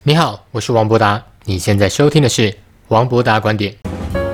你好，我是王博达，你现在收听的是王博达观点。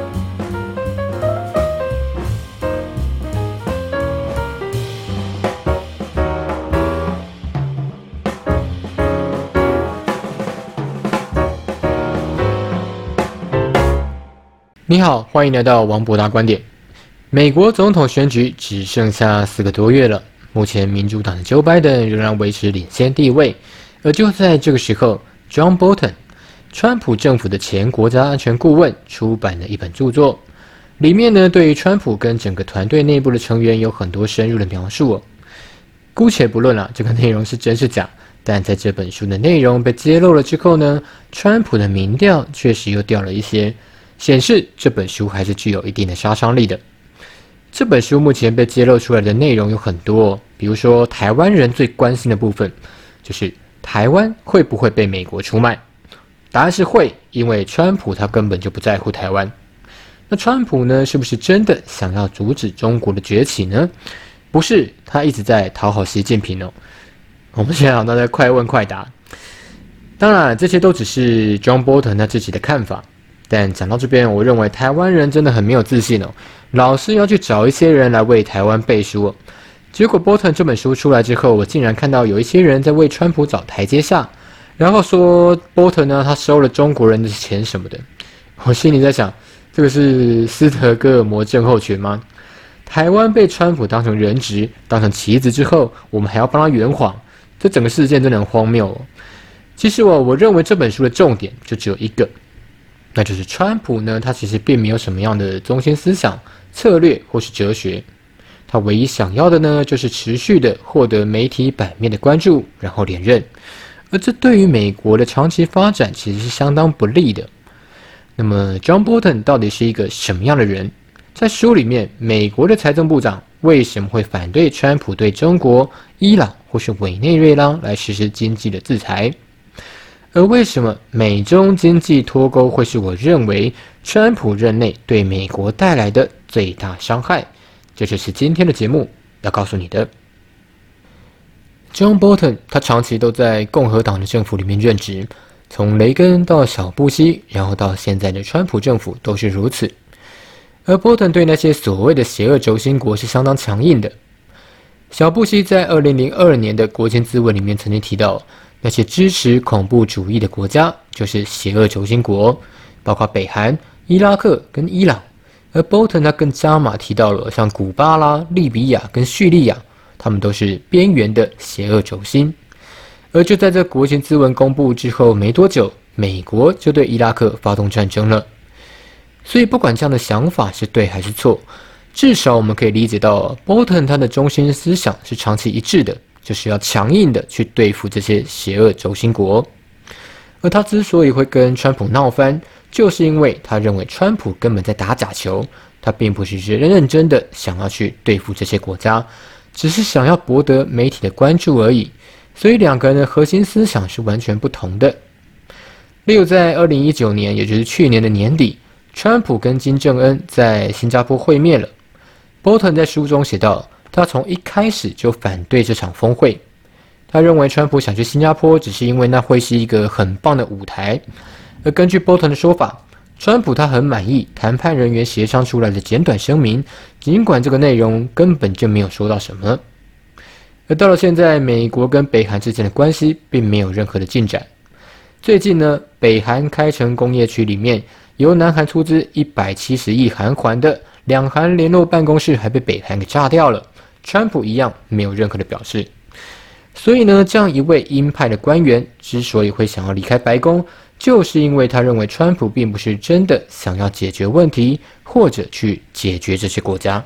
你好，欢迎来到王博达观点。美国总统选举只剩下4个多月了，目前民主党的 Joe Biden 仍然维持领先地位，而就在这个时候 ，John Bolton， 川普政府的前国家安全顾问出版了一本著作，里面呢对于川普跟整个团队内部的成员有很多深入的描述哦。姑且不论这个内容是真是假，但在这本书的内容被揭露了之后呢，川普的民调确实又掉了一些，显示这本书还是具有一定的杀伤力的。这本书目前被揭露出来的内容有很多比如说台湾人最关心的部分，就是台湾会不会被美国出卖？答案是会，因为川普他根本就不在乎台湾。那川普呢，是不是真的想要阻止中国的崛起呢？不是，他一直在讨好习近平哦。我们现在都在快问快答。当然，这些都只是 John Bolton 他自己的看法。但讲到这边，我认为台湾人真的很没有自信哦，老是要去找一些人来为台湾背书哦。结果 Bolton 这本书出来之后，我竟然看到有一些人在为川普找台阶下，然后说 Bolton 呢，他收了中国人的钱什么的。我心里在想，这个是斯德哥尔摩症候群吗？台湾被川普当成人质，当成棋子之后，我们还要帮他圆谎，这整个事件真的很荒谬哦。其实我认为这本书的重点就只有一个，那就是川普呢，他其实并没有什么样的中心思想、策略或是哲学，他唯一想要的呢，就是持续的获得媒体版面的关注，然后连任。而这对于美国的长期发展其实是相当不利的。那么 John Bolton 到底是一个什么样的人？在书里面，美国的财政部长为什么会反对川普对中国、伊朗或是委内瑞拉来实施经济的制裁？而为什么美中经济脱钩会是我认为川普任内对美国带来的最大伤害？这就是今天的节目要告诉你的。John Bolton 他长期都在共和党的政府里面任职，从雷根到小布希，然后到现在的川普政府都是如此。而 Bolton 对那些所谓的邪恶轴心国是相当强硬的。小布希在2002年的国情咨文里面曾经提到，那些支持恐怖主义的国家就是邪恶轴心国，包括北韩、伊拉克跟伊朗。而 Bolton 他更加码提到了像古巴啦、利比亚跟叙利亚，他们都是边缘的邪恶轴心。而就在这国情咨文公布之后没多久，美国就对伊拉克发动战争了。所以不管这样的想法是对还是错，至少我们可以理解到 Bolton 他的中心思想是长期一致的，就是要强硬的去对付这些邪恶轴心国。而他之所以会跟川普闹翻，就是因为他认为川普根本在打假球，他并不是认真的想要去对付这些国家，只是想要博得媒体的关注而已。所以两个人的核心思想是完全不同的。例如在2019年，也就是去年的年底，川普跟金正恩在新加坡会面了。Bolton 在书中写道，他从一开始就反对这场峰会。他认为川普想去新加坡，只是因为那会是一个很棒的舞台。而根据 Bolton 的说法，川普他很满意谈判人员协商出来的简短声明，尽管这个内容根本就没有说到什么。而到了现在，美国跟北韩之间的关系并没有任何的进展。最近呢，北韩开城工业区里面由南韩出资170亿韩元的两韩联络办公室还被北韩给炸掉了，川普一样没有任何的表示。所以呢，这样一位鹰派的官员之所以会想要离开白宫，就是因为他认为川普并不是真的想要解决问题，或者去解决这些国家。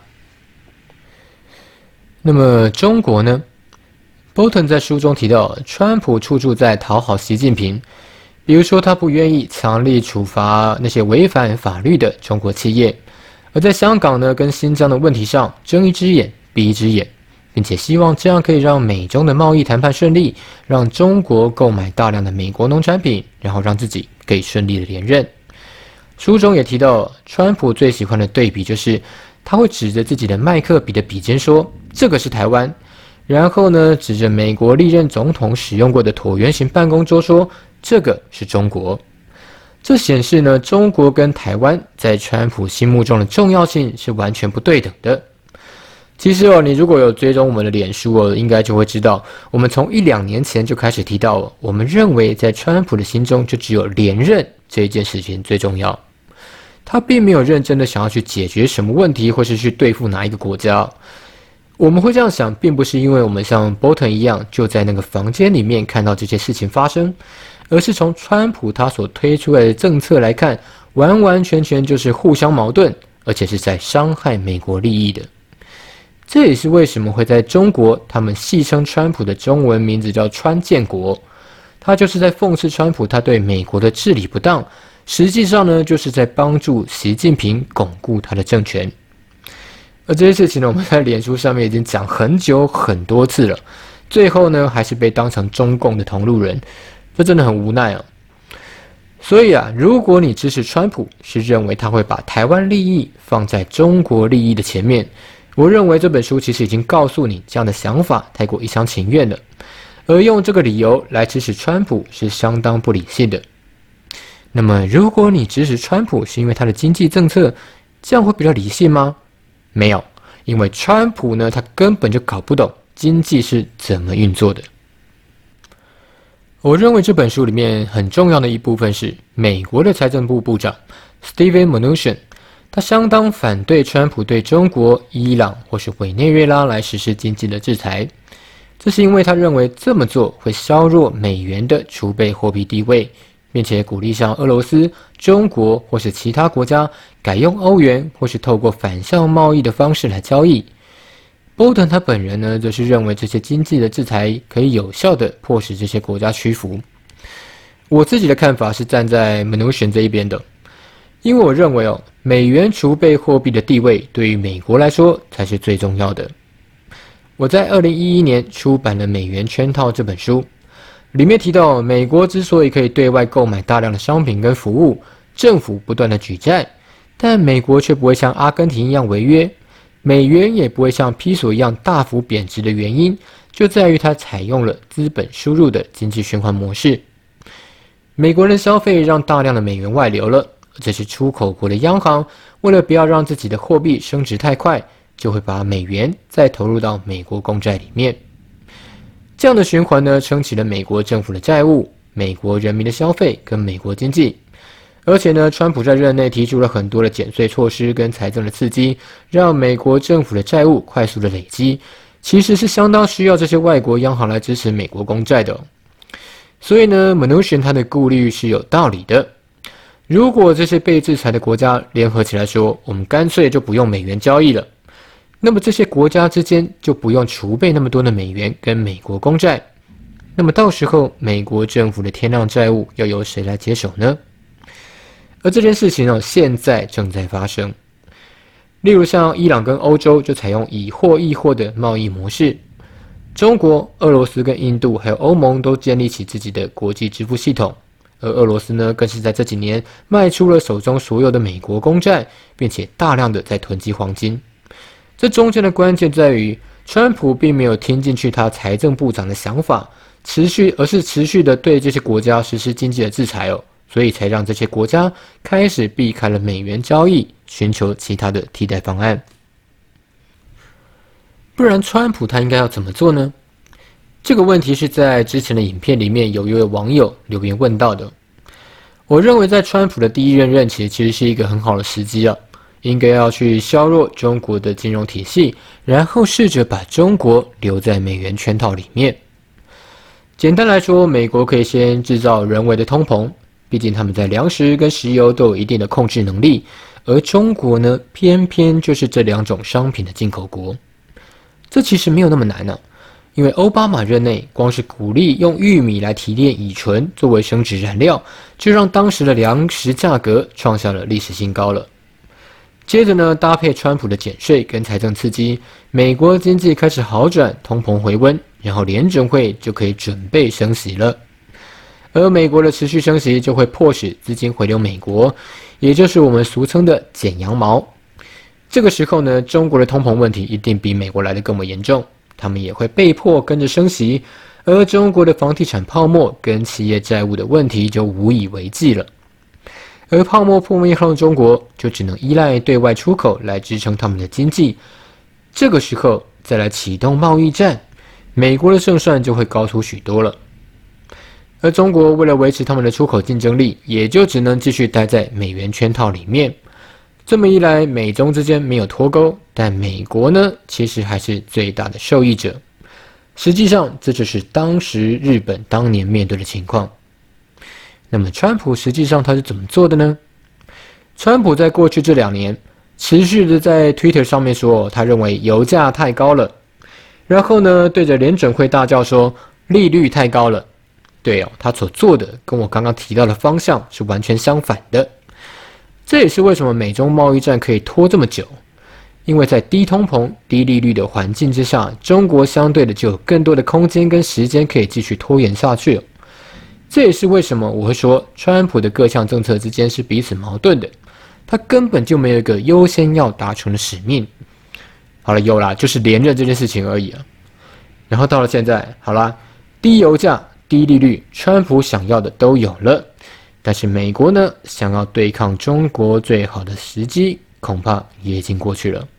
那么中国呢？ Bolton 在书中提到，川普处处在讨好习近平，比如说他不愿意强力处罚那些违反法律的中国企业，而在香港呢跟新疆的问题上睁一只眼闭一只眼，并且希望这样可以让美中的贸易谈判顺利，让中国购买大量的美国农产品，然后让自己可以顺利的连任。书中也提到，川普最喜欢的对比就是他会指着自己的麦克笔的笔尖说，这个是台湾，然后呢指着美国历任总统使用过的椭圆形办公桌说， 这个是中国。这显示呢，中国跟台湾在川普心目中的重要性是完全不对等的。其实你如果有追踪我们的脸书应该就会知道，我们从1-2年前就开始提到我们认为在川普的心中就只有连任这一件事情最重要。他并没有认真的想要去解决什么问题，或是去对付哪一个国家。我们会这样想，并不是因为我们像 Bolton 一样就在那个房间里面看到这些事情发生，而是从川普他所推出来的政策来看，完完全全就是互相矛盾，而且是在伤害美国利益的。这也是为什么会在中国，他们戏称川普的中文名字叫川建国，他就是在讽刺川普他对美国的治理不当，实际上呢，就是在帮助习近平巩固他的政权。而这些事情呢，我们在脸书上面已经讲很久很多次了，最后呢，还是被当成中共的同路人，这真的很无奈啊。所以如果你支持川普，是认为他会把台湾利益放在中国利益的前面，我认为这本书其实已经告诉你，这样的想法太过一厢情愿了，而用这个理由来支持川普是相当不理性的。那么，如果你支持川普是因为他的经济政策，这样会比较理性吗？没有，因为川普呢，他根本就搞不懂经济是怎么运作的。我认为这本书里面很重要的一部分是美国的财政部部长 Steven Mnuchin， 他相当反对川普对中国、伊朗或是委内瑞拉来实施经济的制裁，这是因为他认为这么做会削弱美元的储备货币地位，并且鼓励像俄罗斯、中国或是其他国家改用欧元，或是透过反向贸易的方式来交易。Bolton 他本人呢，则是认为这些经济的制裁可以有效地迫使这些国家屈服。我自己的看法是站在 Mnuchin 这一边的，因为我认为美元储备货币的地位对于美国来说才是最重要的。我在2011年出版了《美元圈套》这本书，里面提到，美国之所以可以对外购买大量的商品跟服务，政府不断的举债，但美国却不会像阿根廷一样违约，美元也不会像披索一样大幅贬值的原因，就在于它采用了资本输入的经济循环模式。美国人消费让大量的美元外流了，这是出口国的央行为了不要让自己的货币升值太快，就会把美元再投入到美国公债里面。这样的循环呢，撑起了美国政府的债务、美国人民的消费跟美国经济。而且呢，川普在任内提出了很多的减税措施跟财政的刺激，让美国政府的债务快速的累积，其实是相当需要这些外国央行来支持美国公债的。所以呢 Mnuchin 他的顾虑是有道理的。如果这些被制裁的国家联合起来说，我们干脆就不用美元交易了，那么这些国家之间就不用储备那么多的美元跟美国公债，那么到时候美国政府的天量债务要由谁来接手呢？而这件事情现在正在发生。例如像伊朗跟欧洲就采用以货易货的贸易模式，中国、俄罗斯跟印度还有欧盟都建立起自己的国际支付系统，而俄罗斯呢，更是在这几年卖出了手中所有的美国公债，并且大量的在囤积黄金。这中间的关键在于，川普并没有听进去他财政部长的想法，而是持续的对这些国家实施经济的制裁所以才让这些国家开始避开了美元交易，寻求其他的替代方案。不然川普他应该要怎么做呢？这个问题是在之前的影片里面有一位网友留言问到的。我认为在川普的第一任任期其实是一个很好的时机应该要去削弱中国的金融体系，然后试着把中国留在美元圈套里面。简单来说，美国可以先制造人为的通膨，毕竟他们在粮食跟石油都有一定的控制能力，而中国呢，偏偏就是这两种商品的进口国。这其实没有那么难因为奥巴马任内光是鼓励用玉米来提炼乙醇作为生质燃料，就让当时的粮食价格创下了历史新高了。接着呢，搭配川普的减税跟财政刺激，美国经济开始好转，通膨回温，然后联准会就可以准备升息了。而美国的持续升息就会迫使资金回流美国，也就是我们俗称的剪羊毛。这个时候呢，中国的通膨问题一定比美国来得更为严重，他们也会被迫跟着升息， 而中国的房地产泡沫跟企业债务的问题就无以为继了。而泡沫破灭后的中国就只能依赖对外出口来支撑他们的经济，这个时候再来启动贸易战，美国的胜算就会高出许多了。而中国为了维持他们的出口竞争力，也就只能继续待在美元圈套里面。这么一来，美中之间没有脱钩，但美国呢，其实还是最大的受益者。实际上，这就是当时日本当年面对的情况。那么，川普实际上他是怎么做的呢？川普在过去这2年，持续的在 Twitter 上面说，他认为油价太高了，然后呢，对着联准会大叫说利率太高了。对哦，他所做的跟我刚刚提到的方向是完全相反的。这也是为什么美中贸易战可以拖这么久，因为在低通膨、低利率的环境之下，中国相对的就有更多的空间跟时间可以继续拖延下去了。这也是为什么我会说，川普的各项政策之间是彼此矛盾的，他根本就没有一个优先要达成的使命。好了，有啦，就是连任这件事情而已啊。然后到了现在，好啦，低油价、低利率，川普想要的都有了。但是美国呢，想要对抗中国最好的时机，恐怕也已经过去了。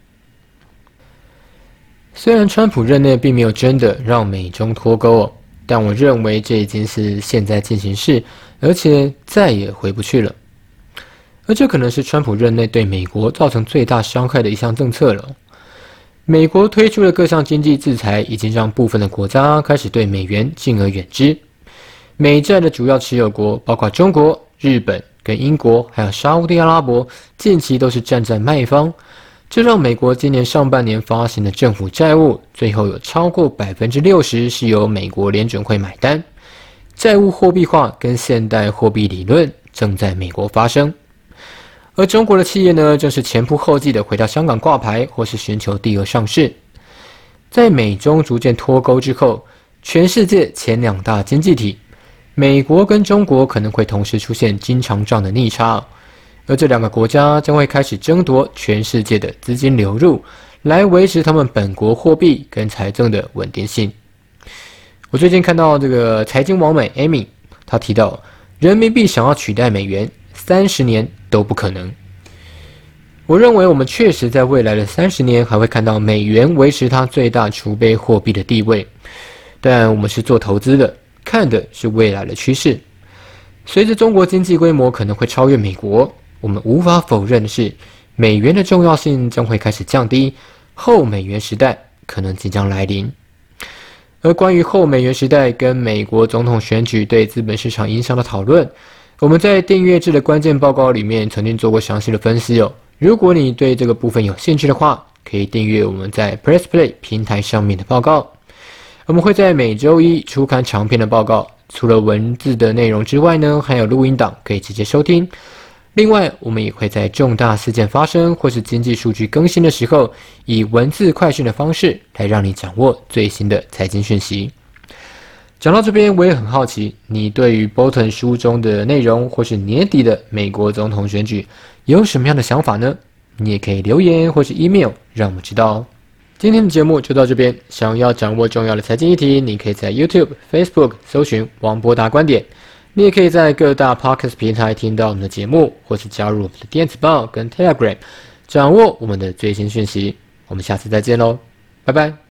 虽然川普任内并没有真的让美中脱钩哦，但我认为这已经是现在进行式，而且再也回不去了。而这可能是川普任内对美国造成最大伤害的一项政策了。美国推出的各项经济制裁，已经让部分的国家开始对美元敬而远之。美债的主要持有国包括中国、日本跟英国，还有沙烏地阿拉伯，近期都是站在卖方，这让美国今年上半年发行的政府债务，最后有超过60%是由美国联准会买单。债务货币化跟现代货币理论正在美国发生，而中国的企业呢，正是前仆后继的回到香港挂牌，或是寻求第二上市。在美中逐渐脱钩之后，全世界前2大经济体美国跟中国可能会同时出现经常账的逆差，而这2个国家将会开始争夺全世界的资金流入，来维持他们本国货币跟财政的稳定性。我最近看到这个财经网美 Amy， 她提到人民币想要取代美元，30年都不可能。我认为我们确实在未来的30年还会看到美元维持它最大储备货币的地位，但我们是做投资的，看的是未来的趋势。随着中国经济规模可能会超越美国，我们无法否认的是，美元的重要性将会开始降低，后美元时代可能即将来临。而关于后美元时代跟美国总统选举对资本市场影响的讨论，我们在订阅制的关键报告里面曾经做过详细的分析哦。如果你对这个部分有兴趣的话，可以订阅我们在 Press Play 平台上面的报告。我们会在每周一出刊长篇的报告，除了文字的内容之外呢，还有录音档可以直接收听。另外，我们也会在重大事件发生或是经济数据更新的时候，以文字快讯的方式来让你掌握最新的财经讯息。讲到这边，我也很好奇，你对于 Bolton 书中的内容，或是年底的美国总统选举，有什么样的想法呢？你也可以留言或是 email 让我们知道哦。今天的节目就到这边，想要掌握重要的财经议题，你可以在 YouTube、Facebook 搜寻王博达观点，你也可以在各大 Podcast 平台听到我们的节目，或是加入我们的电子报跟 Telegram， 掌握我们的最新讯息。我们下次再见喽，拜拜。